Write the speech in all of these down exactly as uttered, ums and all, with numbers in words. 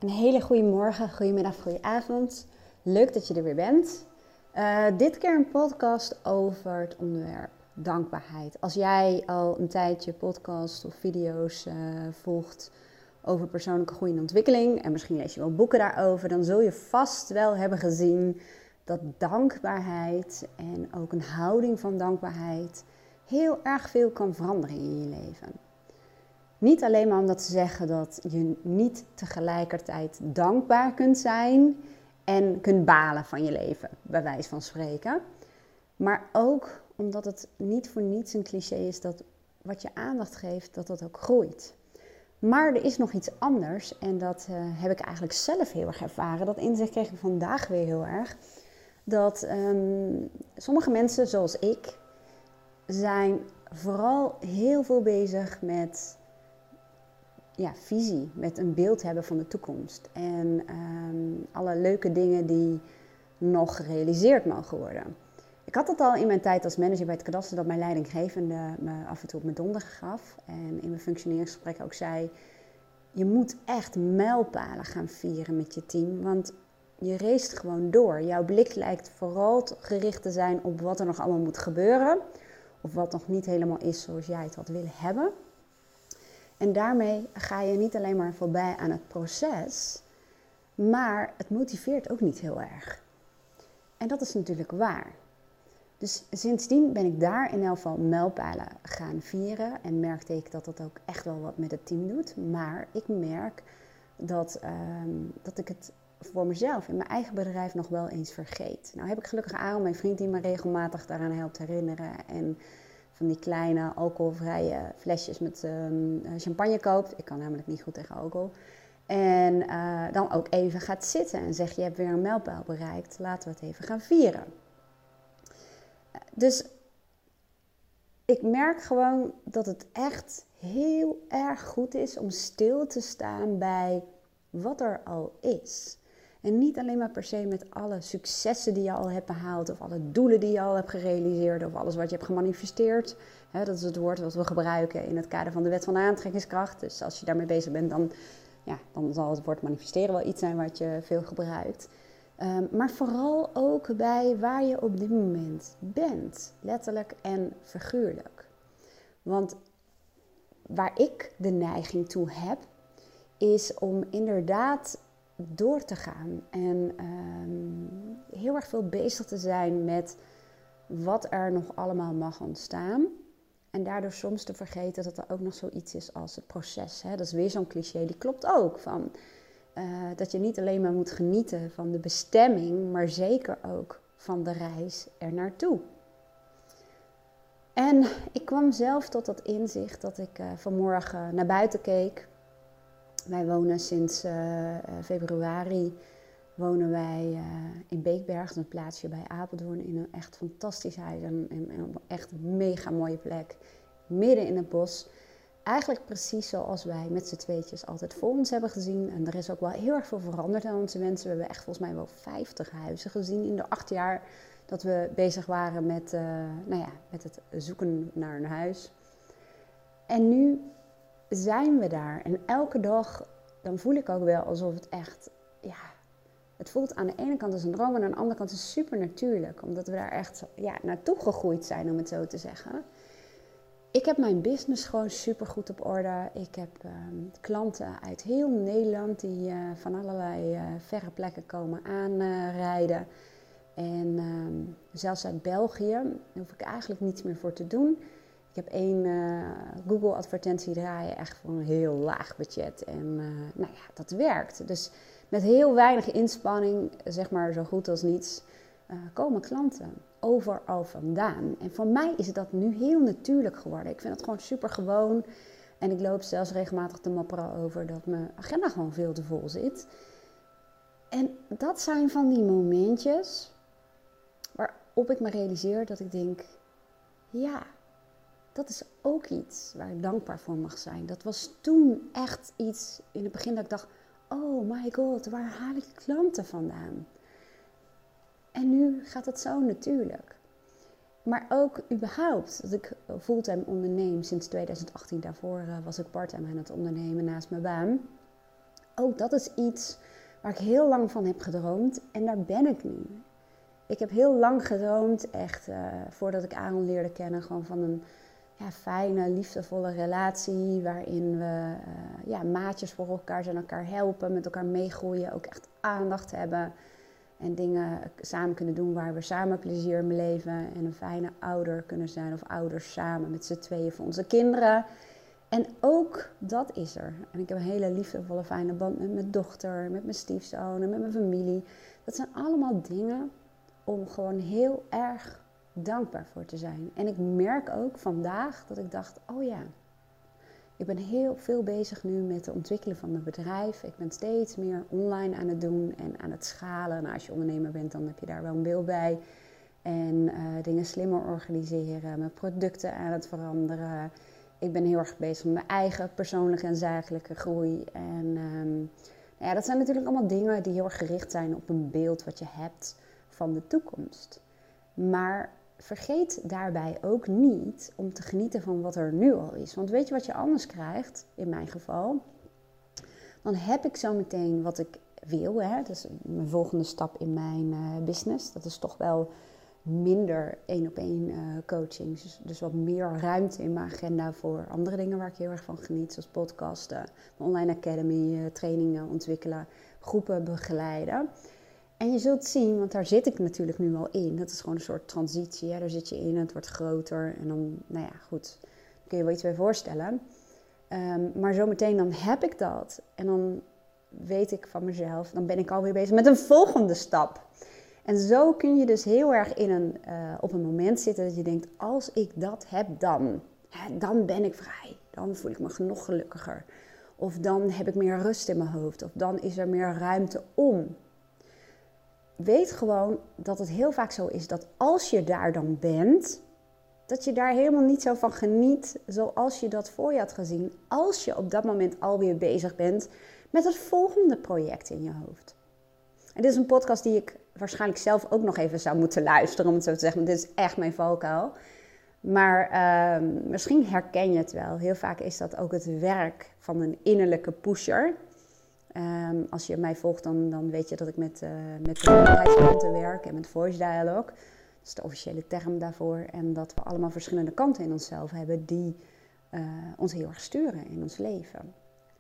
Een hele goede morgen, goedemiddag, goede avond. Leuk dat je er weer bent. Uh, dit keer een podcast over het onderwerp dankbaarheid. Als jij al een tijdje podcasts of video's uh, volgt over persoonlijke groei en ontwikkeling, en misschien lees je wel boeken daarover, dan zul je vast wel hebben gezien dat dankbaarheid en ook een houding van dankbaarheid heel erg veel kan veranderen in je leven. Niet alleen maar omdat ze zeggen dat je niet tegelijkertijd dankbaar kunt zijn en kunt balen van je leven, bij wijze van spreken. Maar ook omdat het niet voor niets een cliché is dat wat je aandacht geeft, dat dat ook groeit. Maar er is nog iets anders en dat uh, heb ik eigenlijk zelf heel erg ervaren. Dat inzicht kreeg ik vandaag weer heel erg. Dat um, sommige mensen, zoals ik, zijn vooral heel veel bezig met ja, visie, met een beeld hebben van de toekomst. En um, alle leuke dingen die nog gerealiseerd mogen worden. Ik had het al in mijn tijd als manager bij het kadaster dat mijn leidinggevende me af en toe op mijn donder gaf. En in mijn functioneringsgesprek ook zei, je moet echt mijlpalen gaan vieren met je team. Want je race gewoon door. Jouw blik lijkt vooral gericht te zijn op wat er nog allemaal moet gebeuren. Of wat nog niet helemaal is zoals jij het had willen hebben. En daarmee ga je niet alleen maar voorbij aan het proces, maar het motiveert ook niet heel erg. En dat is natuurlijk waar. Dus sindsdien ben ik daar in elk geval mijlpalen gaan vieren en merkte ik dat dat ook echt wel wat met het team doet. Maar ik merk dat, um, dat ik het voor mezelf in mijn eigen bedrijf nog wel eens vergeet. Nou heb ik gelukkig Aaron, mijn vriend, die me regelmatig daaraan helpt herinneren en van die kleine alcoholvrije flesjes met um, champagne koopt. Ik kan namelijk niet goed tegen alcohol. En uh, dan ook even gaat zitten en zegt, je hebt weer een mijlpaal bereikt. Laten we het even gaan vieren. Dus ik merk gewoon dat het echt heel erg goed is om stil te staan bij wat er al is. En niet alleen maar per se met alle successen die je al hebt behaald, of alle doelen die je al hebt gerealiseerd, of alles wat je hebt gemanifesteerd. He, dat is het woord wat we gebruiken in het kader van de wet van de aantrekkingskracht. Dus als je daarmee bezig bent, dan, ja, dan zal het woord manifesteren wel iets zijn wat je veel gebruikt. Um, maar vooral ook bij waar je op dit moment bent, letterlijk en figuurlijk. Want waar ik de neiging toe heb, is om inderdaad door te gaan en um, heel erg veel bezig te zijn met wat er nog allemaal mag ontstaan. En daardoor soms te vergeten dat er ook nog zoiets is als het proces. Hè? Dat is weer zo'n cliché, die klopt ook. Van, uh, dat je niet alleen maar moet genieten van de bestemming, maar zeker ook van de reis er naartoe. En ik kwam zelf tot dat inzicht dat ik uh, vanmorgen naar buiten keek. Wij wonen sinds uh, februari wonen wij uh, in Beekberg, een plaatsje bij Apeldoorn, in een echt fantastisch huis en, en, en op een echt mega mooie plek, midden in het bos. Eigenlijk precies zoals wij met z'n tweetjes altijd voor ons hebben gezien. En er is ook wel heel erg veel veranderd aan onze mensen. We hebben echt volgens mij wel vijftig huizen gezien in de acht jaar dat we bezig waren met, uh, nou ja, met het zoeken naar een huis. En nu zijn we daar. En elke dag, dan voel ik ook wel alsof het echt, ja, het voelt aan de ene kant als een droom en aan de andere kant is super natuurlijk. Omdat we daar echt ja, naartoe gegroeid zijn, om het zo te zeggen. Ik heb mijn business gewoon super goed op orde. Ik heb um, klanten uit heel Nederland die uh, van allerlei uh, verre plekken komen aanrijden. Uh, en um, zelfs uit België, daar hoef ik eigenlijk niets meer voor te doen. Ik heb één uh, Google advertentie draaien, echt voor een heel laag budget. En uh, nou ja, dat werkt. Dus met heel weinig inspanning, zeg maar zo goed als niets, uh, komen klanten overal vandaan. En voor mij is dat nu heel natuurlijk geworden. Ik vind het gewoon super gewoon. En ik loop zelfs regelmatig te mopperen over dat mijn agenda gewoon veel te vol zit. En dat zijn van die momentjes waarop ik me realiseer dat ik denk, ja, dat is ook iets waar ik dankbaar voor mag zijn. Dat was toen echt iets in het begin dat ik dacht, oh my god, waar haal ik klanten vandaan? En nu gaat het zo natuurlijk. Maar ook überhaupt, dat ik fulltime onderneem sinds twintig achttien. Daarvoor uh, was ik parttime aan het ondernemen naast mijn baan. ook dat is iets waar ik heel lang van heb gedroomd en daar ben ik nu. Ik heb heel lang gedroomd, echt uh, voordat ik Aaron leerde kennen, gewoon van een ja, fijne, liefdevolle relatie waarin we uh, ja, maatjes voor elkaar zijn, elkaar helpen, met elkaar meegroeien, ook echt aandacht hebben en dingen samen kunnen doen waar we samen plezier in beleven en een fijne ouder kunnen zijn of ouders samen met z'n tweeën voor onze kinderen. En ook dat is er. En ik heb een hele liefdevolle, fijne band met mijn dochter, met mijn stiefzoon en met mijn familie. Dat zijn allemaal dingen om gewoon heel erg dankbaar voor te zijn. En ik merk ook vandaag dat ik dacht, oh ja, ik ben heel veel bezig nu met het ontwikkelen van mijn bedrijf. Ik ben steeds meer online aan het doen en aan het schalen. Nou, als je ondernemer bent, dan heb je daar wel een beeld bij. En uh, dingen slimmer organiseren, mijn producten aan het veranderen. Ik ben heel erg bezig met mijn eigen persoonlijke en zakelijke groei. En um, nou ja, dat zijn natuurlijk allemaal dingen die heel erg gericht zijn op een beeld wat je hebt van de toekomst. Maar vergeet daarbij ook niet om te genieten van wat er nu al is. Want weet je wat je anders krijgt, in mijn geval? Dan heb ik zo meteen wat ik wil. Hè? Dat is mijn volgende stap in mijn uh, business. Dat is toch wel minder één op één uh, coaching. Dus, dus wat meer ruimte in mijn agenda voor andere dingen waar ik heel erg van geniet. Zoals podcasten, mijn online academy, uh, trainingen ontwikkelen, groepen begeleiden. En je zult zien, want daar zit ik natuurlijk nu al in. Dat is gewoon een soort transitie. Hè? Daar zit je in, het wordt groter. En dan, nou ja, goed. Daar kun je wel iets bij voorstellen. Um, maar zometeen dan heb ik dat. En dan weet ik van mezelf, dan ben ik alweer bezig met een volgende stap. En zo kun je dus heel erg in een, uh, op een moment zitten dat je denkt, als ik dat heb dan, hè, dan ben ik vrij. Dan voel ik me nog gelukkiger. Of dan heb ik meer rust in mijn hoofd. Of dan is er meer ruimte om. Weet gewoon dat het heel vaak zo is dat als je daar dan bent, dat je daar helemaal niet zo van geniet zoals je dat voor je had gezien. Als je op dat moment alweer bezig bent met het volgende project in je hoofd. En dit is een podcast die ik waarschijnlijk zelf ook nog even zou moeten luisteren, om het zo te zeggen. Want dit is echt mijn valkuil. Maar uh, misschien herken je het wel. Heel vaak is dat ook het werk van een innerlijke pusher. Um, als je mij volgt, dan, dan weet je dat ik met, uh, met persoonlijkheidsklanten werk en met voice dialogue. Dat is de officiële term daarvoor. En dat we allemaal verschillende kanten in onszelf hebben die uh, ons heel erg sturen in ons leven.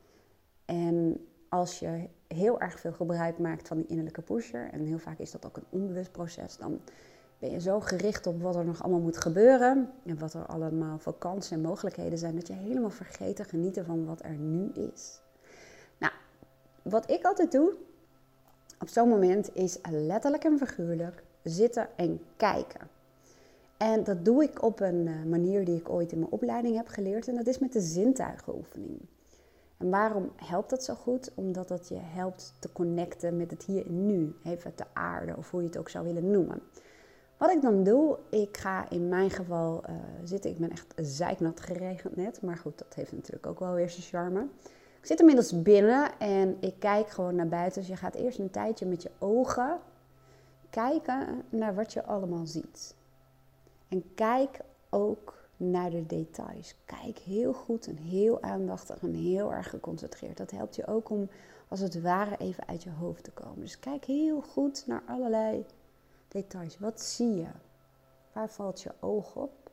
En als je heel erg veel gebruik maakt van die innerlijke pusher, en heel vaak is dat ook een onbewust proces, dan ben je zo gericht op wat er nog allemaal moet gebeuren en wat er allemaal voor kansen en mogelijkheden zijn, dat je helemaal vergeet te genieten van wat er nu is. Nou, wat ik altijd doe op zo'n moment is letterlijk en figuurlijk zitten en kijken. En dat doe ik op een manier die ik ooit in mijn opleiding heb geleerd, en dat is met de zintuigenoefening. En waarom helpt dat zo goed? Omdat dat je helpt te connecten met het hier en nu. Even de aarde, of hoe je het ook zou willen noemen. Wat ik dan doe, ik ga in mijn geval uh, zitten. Ik ben echt zeiknat geregend net. Maar goed, dat heeft natuurlijk ook wel weer zijn charme. Ik zit inmiddels binnen en ik kijk gewoon naar buiten. Dus je gaat eerst een tijdje met je ogen kijken naar wat je allemaal ziet. En kijk ook naar de details. Kijk heel goed en heel aandachtig en heel erg geconcentreerd. Dat helpt je ook om als het ware even uit je hoofd te komen. Dus kijk heel goed naar allerlei details. Wat zie je? Waar valt je oog op?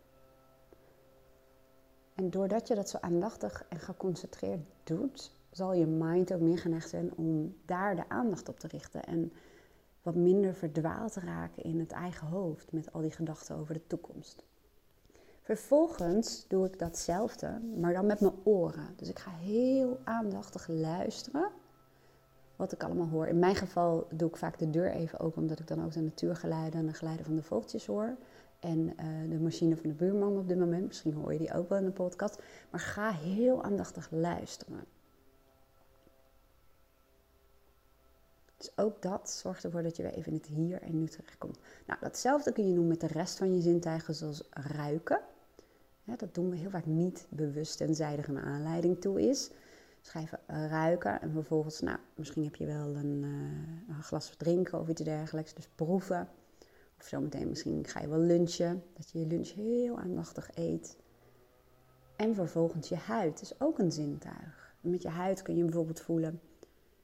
En doordat je dat zo aandachtig en geconcentreerd doet, zal je mind ook meer geneigd zijn om daar de aandacht op te richten. En wat minder verdwaald te raken in het eigen hoofd met al die gedachten over de toekomst. Vervolgens doe ik datzelfde, maar dan met mijn oren. Dus ik ga heel aandachtig luisteren wat ik allemaal hoor. In mijn geval doe ik vaak de deur even open, omdat ik dan ook de natuurgeluiden en de geluiden van de vogeltjes hoor. En uh, de machine van de buurman op dit moment. Misschien hoor je die ook wel in de podcast. Maar ga heel aandachtig luisteren. Dus ook dat zorgt ervoor dat je weer even in het hier en nu terechtkomt. Nou, datzelfde kun je doen met de rest van je zintuigen, zoals ruiken. Ja, dat doen we heel vaak niet bewust, tenzij er een aanleiding toe is. Dus ga even ruiken en vervolgens, nou, misschien heb je wel een, uh, een glas drinken of iets dergelijks. Dus proeven. Of zometeen misschien ga je wel lunchen. Dat je je lunch heel aandachtig eet. En vervolgens je huid is ook een zintuig. En met je huid kun je bijvoorbeeld voelen,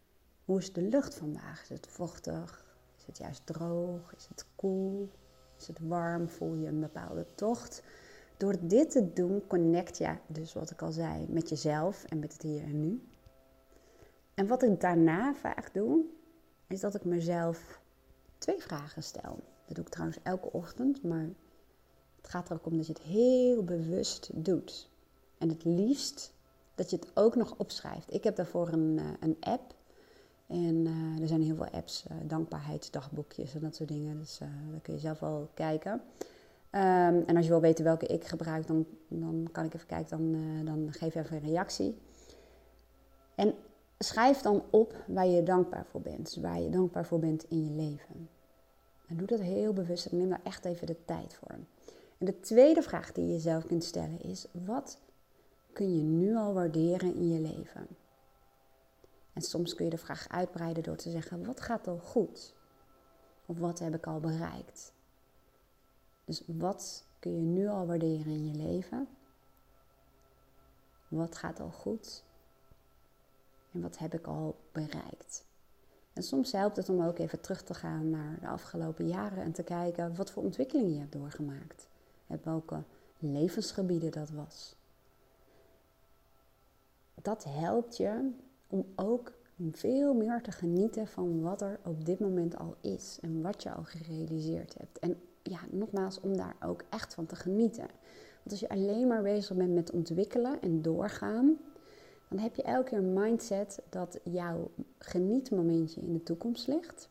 Hoe is de lucht vandaag? Is het vochtig? Is het juist droog? Is het koel? Is het warm? Voel je een bepaalde tocht? Door dit te doen connect je, dus wat ik al zei, met jezelf en met het hier en nu. En wat ik daarna vaak doe, is dat ik mezelf twee vragen stel. Dat doe ik trouwens elke ochtend, maar het gaat er ook om dat je het heel bewust doet. En het liefst dat je het ook nog opschrijft. Ik heb daarvoor een, een app. En uh, er zijn heel veel apps, uh, dankbaarheidsdagboekjes en dat soort dingen. Dus uh, daar kun je zelf wel kijken. Um, en als je wil weten welke ik gebruik, dan, dan kan ik even kijken. Dan, uh, dan geef even een reactie. En schrijf dan op waar je dankbaar voor bent. Dus waar je dankbaar voor bent in je leven. En doe dat heel bewust en neem daar echt even de tijd voor. En de tweede vraag die je jezelf kunt stellen is: wat kun je nu al waarderen in je leven? En soms kun je de vraag uitbreiden door te zeggen: wat gaat al goed? Of wat heb ik al bereikt? Dus wat kun je nu al waarderen in je leven? Wat gaat al goed? En wat heb ik al bereikt? En soms helpt het om ook even terug te gaan naar de afgelopen jaren en te kijken wat voor ontwikkelingen je hebt doorgemaakt. En welke levensgebieden dat was. Dat helpt je om ook veel meer te genieten van wat er op dit moment al is. En wat je al gerealiseerd hebt. En ja, nogmaals, om daar ook echt van te genieten. Want als je alleen maar bezig bent met ontwikkelen en doorgaan, dan heb je elke keer een mindset dat jouw genietmomentje in de toekomst ligt.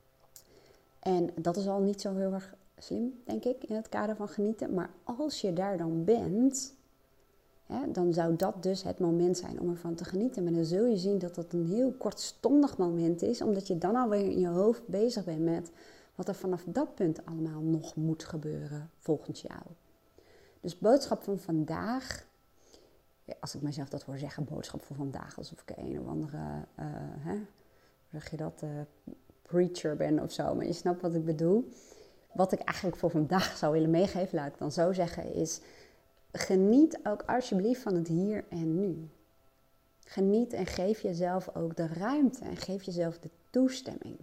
En dat is al niet zo heel erg slim, denk ik, in het kader van genieten. Maar als je daar dan bent, hè, dan zou dat dus het moment zijn om ervan te genieten. Maar dan zul je zien dat dat een heel kortstondig moment is, omdat je dan alweer in je hoofd bezig bent met wat er vanaf dat punt allemaal nog moet gebeuren volgens jou. Dus boodschap van vandaag, als ik mezelf dat hoor zeggen, boodschap voor vandaag, alsof ik een of andere, uh, hè, hoe zeg je dat, uh, preacher ben of zo. Maar je snapt wat ik bedoel. Wat ik eigenlijk voor vandaag zou willen meegeven, laat ik dan zo zeggen, is: geniet ook alsjeblieft van het hier en nu. Geniet en geef jezelf ook de ruimte en geef jezelf de toestemming.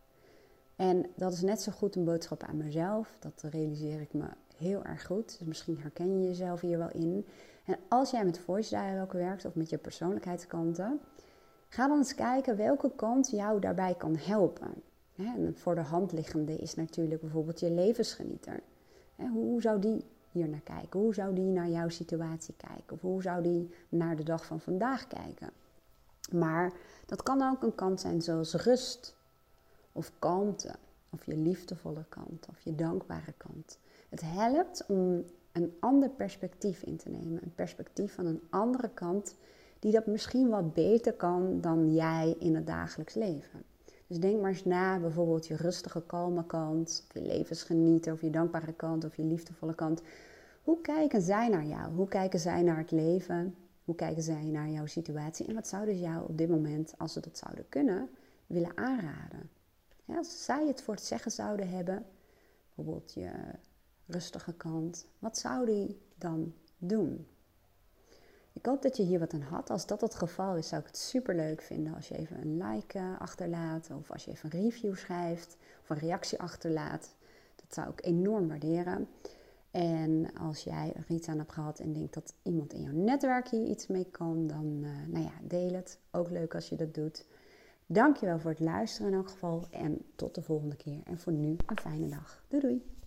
En dat is net zo goed een boodschap aan mezelf. Dat realiseer ik me heel erg goed. Dus misschien herken je jezelf hier wel in. En als jij met voice dialogue werkt of met je persoonlijkheidskanten, ga dan eens kijken welke kant jou daarbij kan helpen. En voor de hand liggende is natuurlijk bijvoorbeeld je levensgenieter. Hoe zou die hier naar kijken? Hoe zou die naar jouw situatie kijken? Of hoe zou die naar de dag van vandaag kijken? Maar dat kan ook een kant zijn zoals rust of kalmte. Of je liefdevolle kant of je dankbare kant. Het helpt om een ander perspectief in te nemen. Een perspectief van een andere kant die dat misschien wat beter kan dan jij in het dagelijks leven. Dus denk maar eens na, bijvoorbeeld je rustige, kalme kant, of je levensgenieter, of je dankbare kant, of je liefdevolle kant. Hoe kijken zij naar jou? Hoe kijken zij naar het leven? Hoe kijken zij naar jouw situatie? En wat zouden ze jou op dit moment, als ze dat zouden kunnen, willen aanraden? Ja, als zij het voor het zeggen zouden hebben, bijvoorbeeld je rustige kant, wat zou die dan doen? Ik hoop dat je hier wat aan had. Als dat het geval is, zou ik het super leuk vinden als je even een like achterlaat. Of als je even een review schrijft. Of een reactie achterlaat. Dat zou ik enorm waarderen. En als jij er iets aan hebt gehad en denkt dat iemand in jouw netwerk hier iets mee kan, dan uh, nou ja, deel het. Ook leuk als je dat doet. Dankjewel voor het luisteren in elk geval. En tot de volgende keer. En voor nu een fijne dag. Doei doei.